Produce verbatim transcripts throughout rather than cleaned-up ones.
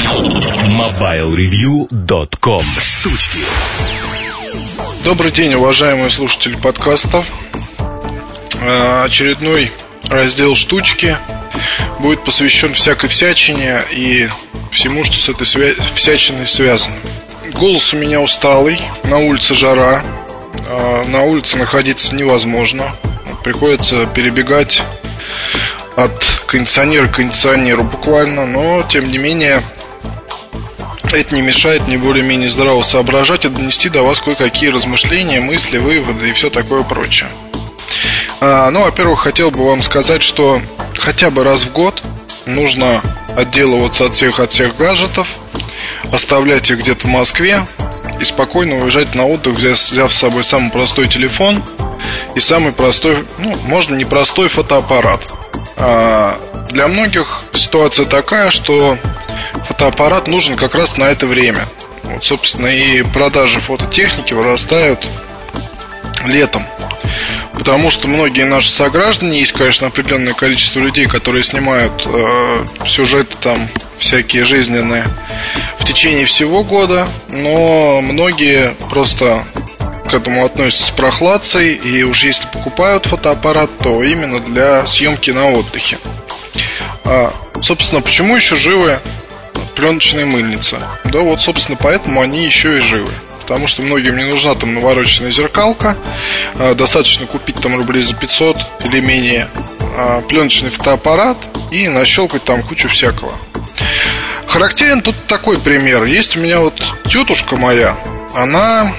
мобайл ревью точка ком. Штучки. Добрый день, уважаемые слушатели подкаста. Очередной раздел «Штучки» будет посвящен всякой всячине и всему, что с этой свя... всячиной связано. Голос у меня усталый, на улице жара, на улице находиться невозможно. Приходится перебегать от кондиционера к кондиционеру буквально, но тем не менее это не мешает мне более-менее здраво соображать и донести до вас кое-какие размышления, мысли, выводы и все такое прочее. а, Ну, во-первых, хотел бы вам сказать, что хотя бы раз в год нужно отделываться от всех от всех гаджетов, оставлять их где-то в Москве и спокойно уезжать на отдых, взяв, взяв с собой самый простой телефон и самый простой, ну, можно не простой фотоаппарат. а, Для многих ситуация такая, что фотоаппарат нужен как раз на это время. Вот, собственно, и продажи фототехники вырастают летом. Потому что многие наши сограждане, есть, конечно, определенное количество людей, которые снимают э, сюжеты там всякие жизненные в течение всего года, но многие просто к этому относятся с прохладцей, и уж если покупают фотоаппарат, то именно для съемки на отдыхе. а, Собственно, почему еще живы пленочные мыльницы? Да вот, собственно, поэтому они еще и живы. Потому что многим не нужна там навороченная зеркалка, достаточно купить там рублей за пятьсот или менее пленочный фотоаппарат и нащелкать там кучу всякого. Характерен тут такой пример. Есть у меня вот тетушка моя, она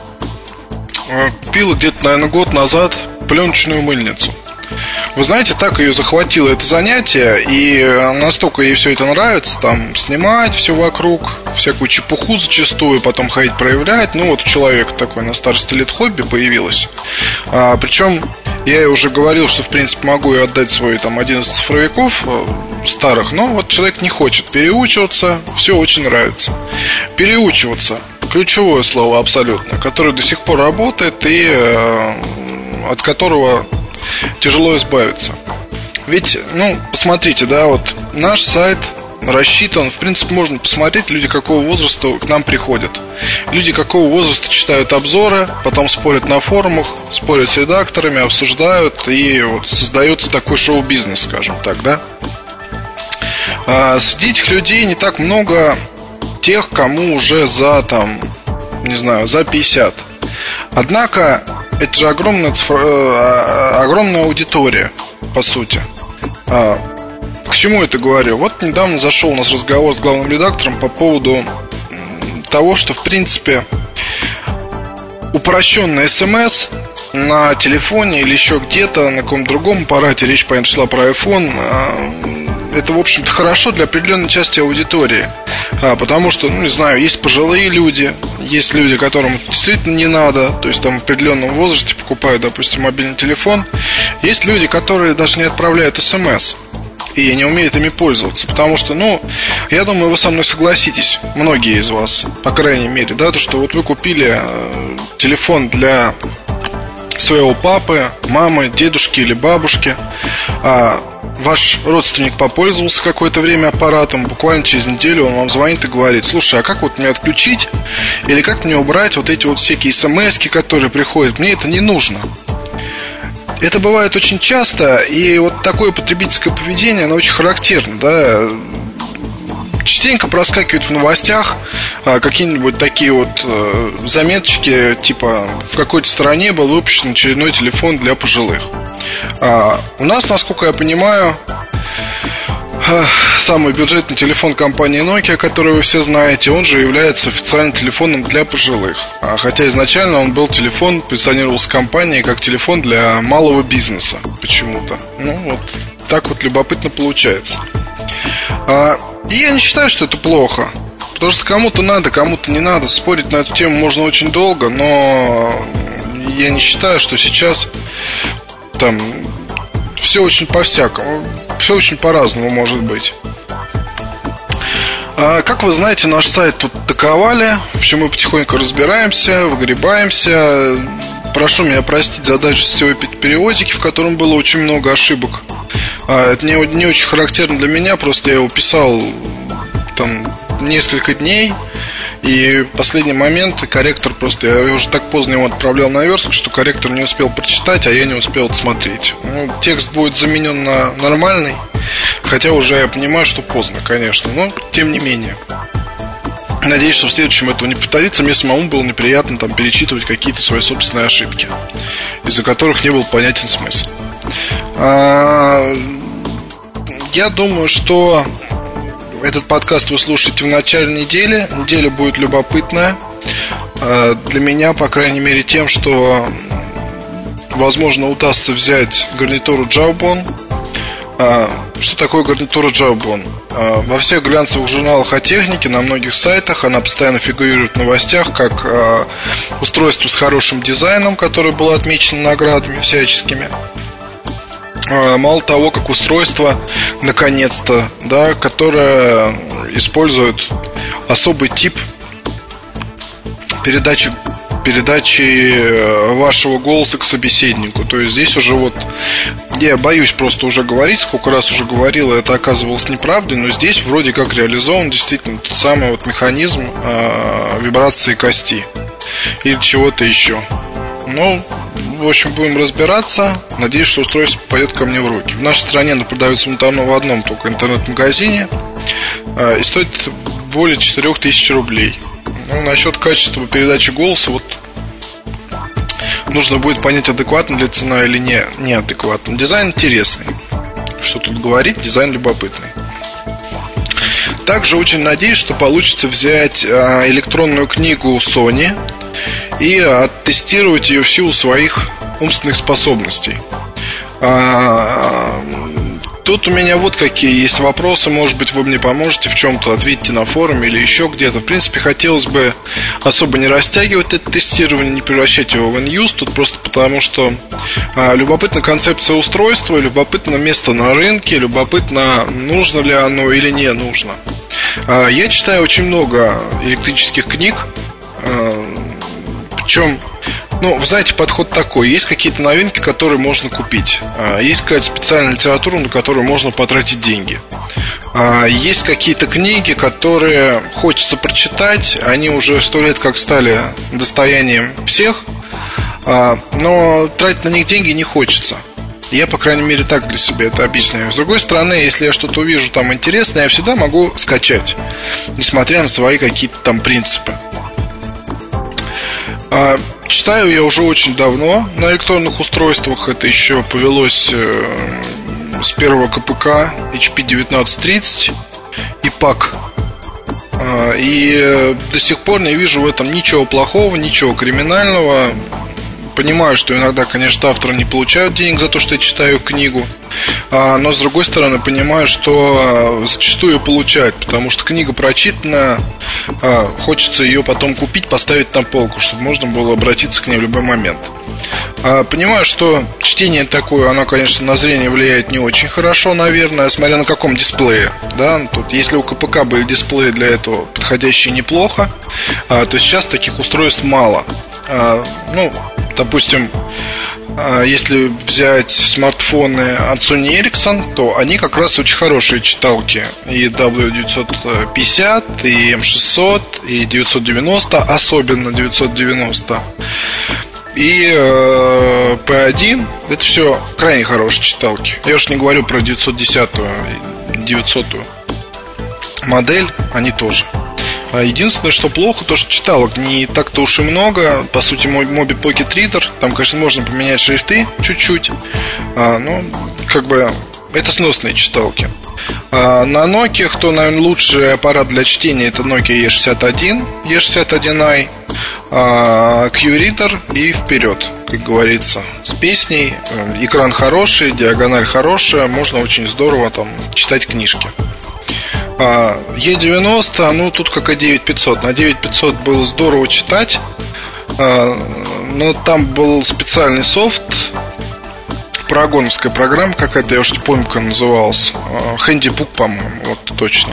купила где-то, наверное, год назад пленочную мыльницу. Вы знаете, так ее захватило это занятие, и настолько ей все это нравится, там, снимать все вокруг, всякую чепуху зачастую, потом ходить проявлять. Ну, вот у человека такое на старости лет хобби появилось. а, Причем я ей уже говорил, что, в принципе, могу ей отдать свой, там, один из цифровиков старых, но вот человек не хочет переучиваться, все очень нравится. Переучиваться — ключевое слово абсолютно, которое до сих пор работает и э, от которого тяжело избавиться. Ведь, ну, посмотрите, да, вот наш сайт рассчитан, в принципе, можно посмотреть, люди какого возраста к нам приходят. Люди какого возраста читают обзоры, потом спорят на форумах, спорят с редакторами, обсуждают, и вот создается такой шоу-бизнес, скажем так, да. а, Среди этих людей не так много тех, кому уже за, там, не знаю, за пятьдесят. Однако это же огромная, цифро... огромная аудитория, по сути. а, К чему это говорю? Вот недавно зашел у нас разговор с главным редактором по поводу того, что, в принципе, упрощенный смс на телефоне или еще где-то, на каком-то другом аппарате, речь, понятно, шла про iPhone, это, в общем-то, хорошо для определенной части аудитории. а, Потому что, ну, не знаю, есть пожилые люди, есть люди, которым действительно не надо, то есть там в определенном возрасте покупают, допустим, мобильный телефон. Есть люди, которые даже не отправляют смс и не умеют ими пользоваться. Потому что, ну, я думаю, вы со мной согласитесь, многие из вас, по крайней мере, да, то, что вот вы купили э, телефон для своего папы, мамы, дедушки или бабушки, а ваш родственник попользовался какое-то время аппаратом, буквально через неделю он вам звонит и говорит: слушай, а как вот мне отключить или как мне убрать вот эти вот всякие смс-ки, которые приходят, мне это не нужно. Это бывает очень часто, и вот такое потребительское поведение, оно очень характерно, да. Частенько проскакивают в новостях а, какие-нибудь такие вот а, заметочки, типа в какой-то стране был выпущен очередной телефон для пожилых. а, У нас, насколько я понимаю, а, самый бюджетный телефон компании Nokia, который вы все знаете, он же является официальным телефоном для пожилых. а, Хотя изначально он был телефон, позиционировался компанией как телефон для малого бизнеса почему-то. Ну вот так вот любопытно получается. а, И я не считаю, что это плохо, потому что кому-то надо, кому-то не надо. Спорить на эту тему можно очень долго, но я не считаю, что сейчас там все очень по-всякому, все очень по-разному может быть. а, Как вы знаете, наш сайт тут таковали, в чем мы потихоньку разбираемся, выгребаемся. Прошу меня простить за дальше периодики, в котором было очень много ошибок. а, Это не, не очень характерно для меня, просто я его писал там несколько дней. И в последний момент корректор просто... Я уже так поздно его отправлял на верстку, что корректор не успел прочитать, а я не успел отсмотреть. Ну, текст будет заменен на нормальный. Хотя уже я понимаю, что поздно, конечно. Но тем не менее. Надеюсь, что в следующем этого не повторится. Мне самому было неприятно там перечитывать какие-то свои собственные ошибки, из-за которых не был понятен смысл. а, Я думаю, что этот подкаст вы слушаете в начале недели. Неделя будет любопытная для меня, по крайней мере, тем, что возможно удастся взять гарнитуру Jawbone. Что такое гарнитура Jawbone? Во всех глянцевых журналах о технике, на многих сайтах она постоянно фигурирует в новостях как устройство с хорошим дизайном, которое было отмечено наградами всяческими. Мало того, как устройство, наконец-то, да, которое использует особый тип передачи, передачи вашего голоса к собеседнику. То есть здесь уже вот, я боюсь просто уже говорить, сколько раз уже говорил, это оказывалось неправдой, но здесь вроде как реализован действительно тот самый вот механизм э, вибрации кости или чего-то еще. Ну, в общем, будем разбираться. Надеюсь, что устройство попадет ко мне в руки. В нашей стране оно продается оно в одном только интернет-магазине и стоит более четыре тысячи рублей. Ну, насчет качества передачи голоса, вот нужно будет понять, адекватна ли цена или не, неадекватна. Дизайн интересный. Что тут говорить, дизайн любопытный. Также очень надеюсь, что получится взять электронную книгу Sony и оттестировать ее в силу своих умственных способностей. Тут у меня вот какие есть вопросы. Может быть, вы мне поможете в чем-то, ответите на форуме или еще где-то. В принципе, хотелось бы особо не растягивать это тестирование, не превращать его в иньюз. Тут просто потому, что а, любопытна концепция устройства, любопытно место на рынке, любопытно, нужно ли оно или не нужно. а, Я читаю очень много электрических книг, а, причем, ну, вы знаете, подход такой. Есть какие-то новинки, которые можно купить. Есть какая-то специальная литература, на которую можно потратить деньги. Есть какие-то книги, которые хочется прочитать. Они уже сто лет как стали достоянием всех, но тратить на них деньги не хочется. Я, по крайней мере, так для себя это объясняю. С другой стороны, если я что-то увижу там интересное, я всегда могу скачать, несмотря на свои какие-то там принципы. Читаю я уже очень давно на электронных устройствах. Это еще повелось с первого ка пэ ка эйч пи девятнадцать тридцать и пак. И до сих пор не вижу в этом ничего плохого, ничего криминального. Понимаю, что иногда, конечно, авторы не получают денег за то, что я читаю книгу, но, с другой стороны, понимаю, что зачастую ее получают, потому что книга прочитана, хочется ее потом купить, поставить на полку, чтобы можно было обратиться к ней в любой момент. Понимаю, что чтение такое, оно, конечно, на зрение влияет не очень хорошо, наверное, смотря на каком дисплее, да? Тут, если у ка пэ ка были дисплеи для этого подходящие неплохо, то сейчас таких устройств мало. Ну, допустим, если взять смартфоны от Sony Ericsson, то они как раз очень хорошие читалки. И дабл ю девятьсот пятьдесят, и эм шестьсот, и девятьсот девяносто, особенно девятьсот девяносто, и э, пи один. Это все крайне хорошие читалки. Я уж не говорю про девятьсот десятую, девятисотую модель, они тоже. Единственное, что плохо, то что читалок не так-то уж и много. По сути, Mobi Pocket Reader, там, конечно, можно поменять шрифты чуть-чуть, а, но как бы это сносные читалки. а, На Nokia, кто, наверное, лучший аппарат для чтения, это Nokia и шестьдесят один, и шестьдесят один ай, а, Q-Reader и вперед, как говорится, с песней. Экран хороший, диагональ хорошая, можно очень здорово там читать книжки. и девяносто, ну тут как и девять пятьсот. На девять пятьсот было здорово читать, но там был специальный софт, парагоновская программа какая-то, я уж не помню, как она называлась, Handybook, по-моему, вот точно.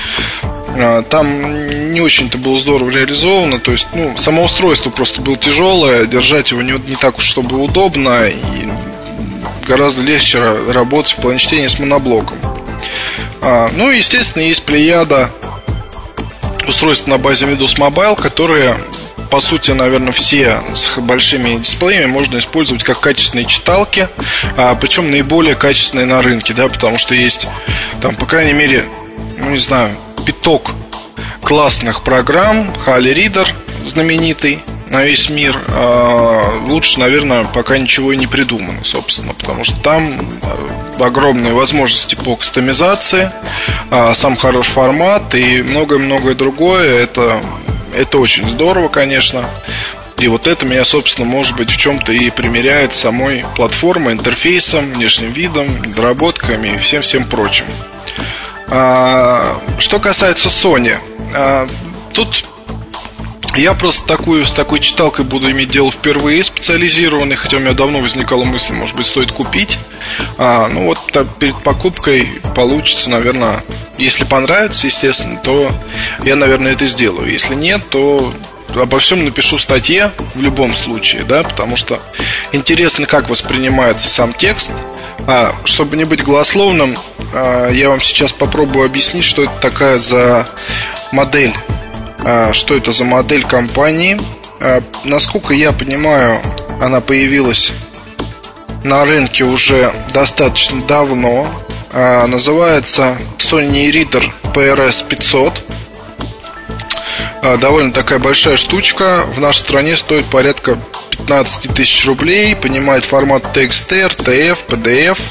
Там не очень-то было здорово реализовано. То есть, ну, само устройство просто было тяжелое, держать его не, не так уж чтобы удобно, и гораздо легче работать в плане чтения с моноблоком. А, ну, естественно, есть плеяда устройства на базе Windows Mobile, которые, по сути, наверное, все с большими дисплеями можно использовать как качественные читалки, а, причем наиболее качественные на рынке, да, потому что есть там, по крайней мере, ну не знаю, пяток классных программ. Holy Reader знаменитый на весь мир. а, Лучше, наверное, пока ничего и не придумано, собственно, потому что там огромные возможности по кастомизации, а, сам хороший формат и многое-многое другое. Это, это очень здорово, конечно. И вот это меня, собственно, может быть, в чем-то и примеряет самой платформой, интерфейсом, внешним видом, доработками и всем-всем прочим. а, Что касается Sony, а, тут я просто такую, с такой читалкой буду иметь дело впервые, специализированной. Хотя у меня давно возникала мысль, может быть, стоит купить. а, Ну вот так, перед покупкой получится, наверное, если понравится, естественно, то я, наверное, это сделаю. Если нет, то обо всем напишу в статье в любом случае, да, потому что интересно, как воспринимается сам текст. а, Чтобы не быть голословным, а, я вам сейчас попробую объяснить, что это такая за модель. Что это за модель компании. Насколько я понимаю, она появилась на рынке уже достаточно давно. Называется Sony Reader пи эр эс пятьсот. Довольно такая большая штучка. В нашей стране стоит порядка пятнадцать тысяч рублей. Понимает формат ти экс ти, эр ти эф, пи ди эф,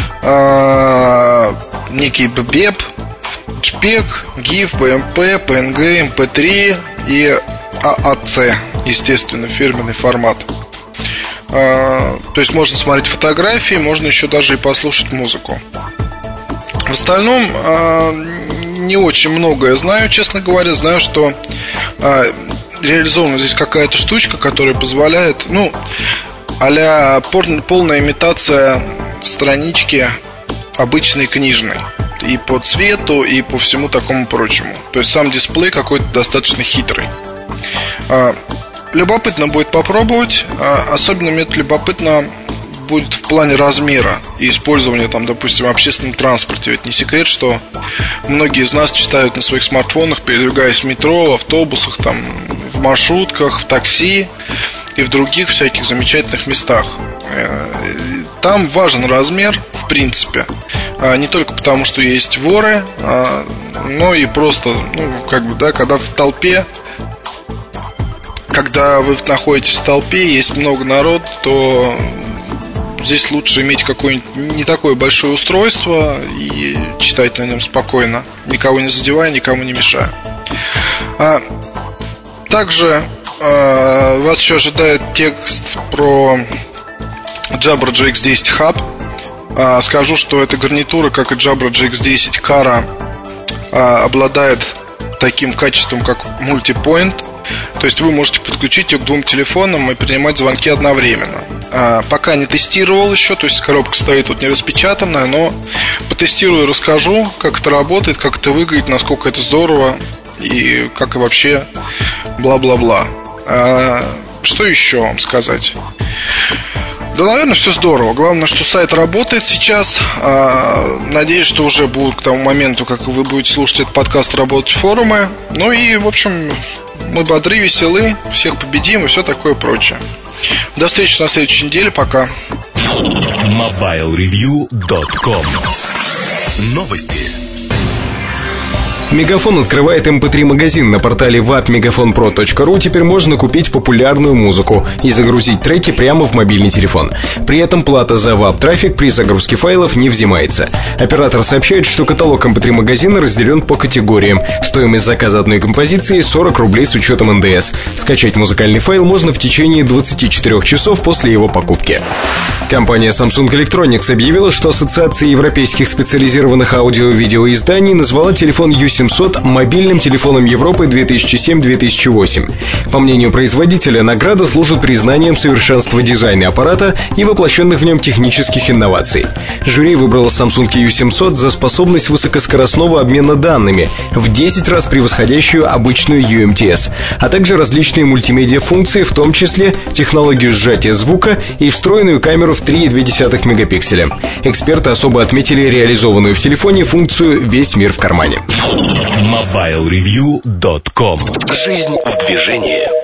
некий бэб, джпег, гиф, би эм пи, пи эн джи, эм пи три и эй эй си, естественно, фирменный формат. То есть можно смотреть фотографии, можно еще даже и послушать музыку. В остальном не очень многое знаю, честно говоря. Знаю, что реализована здесь какая-то штучка, которая позволяет, ну, а-ля полная имитация странички обычной книжной. И по цвету, и по всему такому прочему. То есть сам дисплей какой-то достаточно хитрый. Любопытно будет попробовать. Особенно мне это любопытно будет в плане размера и использования, там, допустим, в общественном транспорте. Ведь не секрет, что многие из нас читают на своих смартфонах, передвигаясь в метро, в автобусах, там, в маршрутках, в такси и в других всяких замечательных местах. Там важен размер, в принципе. Не только потому, что есть воры, но и просто, ну, как бы, да, когда в толпе, когда вы находитесь в толпе, есть много народу, то здесь лучше иметь какое-нибудь не такое большое устройство и читать на нем спокойно, никого не задевая, никому не мешая. Также вас еще ожидает текст про Jabra джи икс десять Hub. Скажу, что эта гарнитура, как и Jabra джи икс десять Cara, обладает таким качеством, как multipoint. То есть вы можете подключить ее к двум телефонам и принимать звонки одновременно. Пока не тестировал еще, то есть коробка стоит вот не распечатанная, но потестирую и расскажу, как это работает, как это выглядит, насколько это здорово и как и вообще бла-бла-бла. Что еще вам сказать? Да, наверное, все здорово. Главное, что сайт работает сейчас. Надеюсь, что уже будут к тому моменту, как вы будете слушать этот подкаст, работать форумы. Ну и, в общем, мы бодры, веселы, всех победим и все такое прочее. До встречи на следующей неделе. Пока. мобайл ревью точка ком. Новости. Мегафон открывает эм пэ три магазин. На портале вап мегафон про точка ру теперь можно купить популярную музыку и загрузить треки прямо в мобильный телефон. При этом плата за вап-трафик при загрузке файлов не взимается. Оператор сообщает, что каталог эм пэ три магазина разделен по категориям. Стоимость заказа одной композиции сорок рублей с учетом эн дэ эс. Скачать музыкальный файл можно в течение двадцати четырёх часов после его покупки. Компания Samsung Electronics объявила, что Ассоциация европейских специализированных аудио-видеоизданий назвала телефон ю семьсот мобильным телефоном Европы две тысячи семь - две тысячи восемь. По мнению производителя, награда служит признанием совершенства дизайна аппарата и воплощенных в нем технических инноваций. Жюри выбрало Samsung ю семьсот за способность высокоскоростного обмена данными, в десять раз превосходящую обычную ю эм ти эс, а также различные мультимедиа-функции, в том числе технологию сжатия звука и встроенную камеру в три и две десятых мегапикселя. Эксперты особо отметили реализованную в телефоне функцию «Весь мир в кармане». мобайл ревью точка ком. Жизнь в движении.